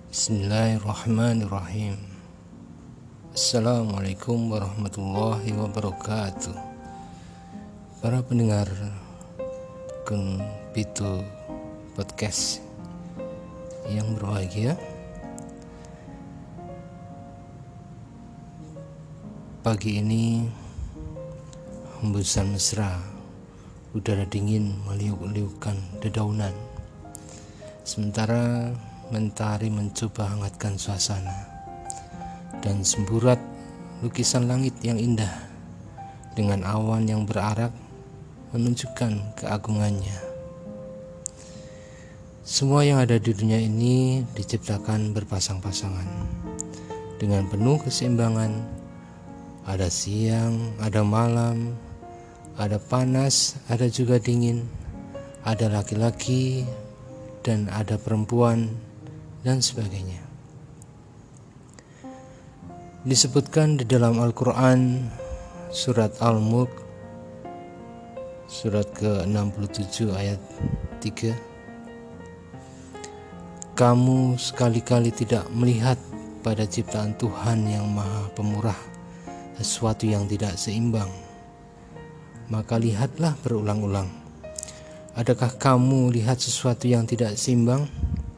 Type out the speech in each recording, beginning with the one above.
Bismillahirrahmanirrahim. Assalamualaikum warahmatullahi wabarakatuh. Para pendengar Gun Pitu Podcast yang berbahagia, pagi ini hembusan mesra udara dingin meliuk-liukkan dedaunan, sementara mentari mencoba hangatkan suasana, dan semburat lukisan langit yang indah dengan awan yang berarak menunjukkan keagungannya. Semua yang ada di dunia ini diciptakan berpasang-pasangan dengan penuh keseimbangan. Ada siang, ada malam, ada panas, ada juga dingin, ada laki-laki dan ada perempuan, dan sebagainya. Disebutkan di dalam Al-Quran surat Al-Mulk surat ke-67 ayat 3, kamu sekali-kali tidak melihat pada ciptaan Tuhan yang maha pemurah sesuatu yang tidak seimbang, maka lihatlah berulang-ulang. Adakah kamu lihat sesuatu yang tidak seimbang?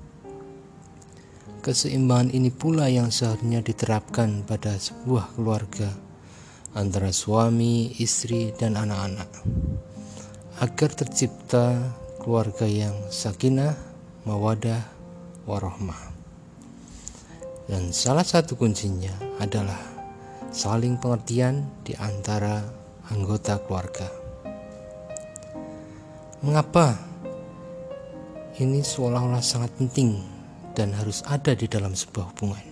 Keseimbangan ini pula yang seharusnya diterapkan pada sebuah keluarga antara suami, istri, dan anak-anak, agar tercipta keluarga yang sakinah, mawadah, warahmah. Dan salah satu kuncinya adalah saling pengertian di antara anggota keluarga. Mengapa ini seolah-olah sangat penting dan harus ada di dalam sebuah hubungan?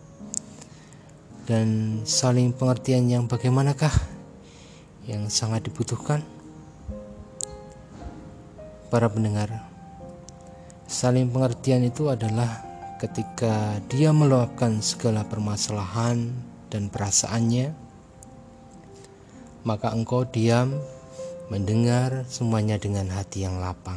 Dan saling pengertian yang bagaimanakah yang sangat dibutuhkan? Para pendengar, saling pengertian itu adalah ketika dia meluapkan segala permasalahan dan perasaannya, maka engkau diam mendengar semuanya dengan hati yang lapang.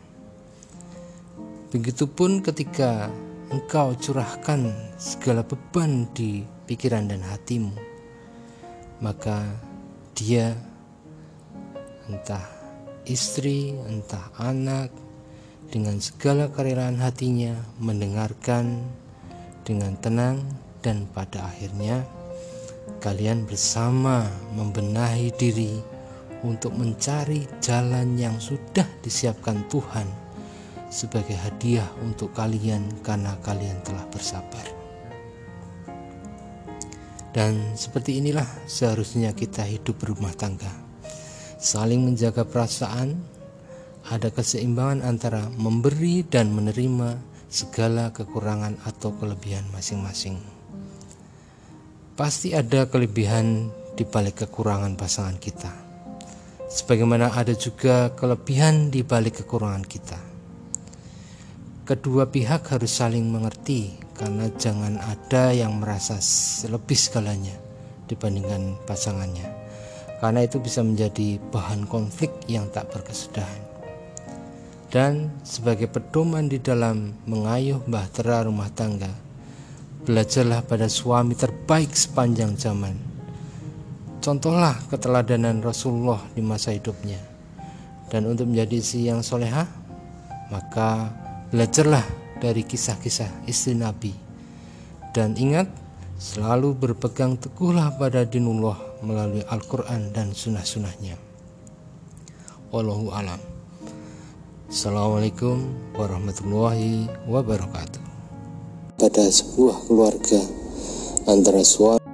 Begitupun ketika engkau curahkan segala beban di pikiran dan hatimu, maka dia, entah istri, entah anak, dengan segala kerelaan hatinya mendengarkan dengan tenang, dan pada akhirnya kalian bersama membenahi diri untuk mencari jalan yang sudah disiapkan Tuhan sebagai hadiah untuk kalian karena kalian telah bersabar. Dan seperti inilah seharusnya kita hidup berumah tangga, saling menjaga perasaan, ada keseimbangan antara memberi dan menerima segala kekurangan atau kelebihan masing-masing. Pasti ada kelebihan di balik kekurangan pasangan kita, sebagaimana ada juga kelebihan di balik kekurangan kita. Kedua pihak harus saling mengerti, karena jangan ada yang merasa lebih segalanya dibandingkan pasangannya, karena itu bisa menjadi bahan konflik yang tak berkesudahan. Dan sebagai pedoman di dalam mengayuh bahtera rumah tangga, belajarlah pada suami terbaik sepanjang zaman. Contohlah keteladanan Rasulullah di masa hidupnya. Dan untuk menjadi istri yang solehah, maka belajarlah dari kisah-kisah istri Nabi. Dan ingat, selalu berpegang teguhlah pada dinullah melalui Al-Quran dan sunnah-sunnahnya. Wallahu alam. Assalamualaikum warahmatullahi wabarakatuh. Pada sebuah keluarga antara suami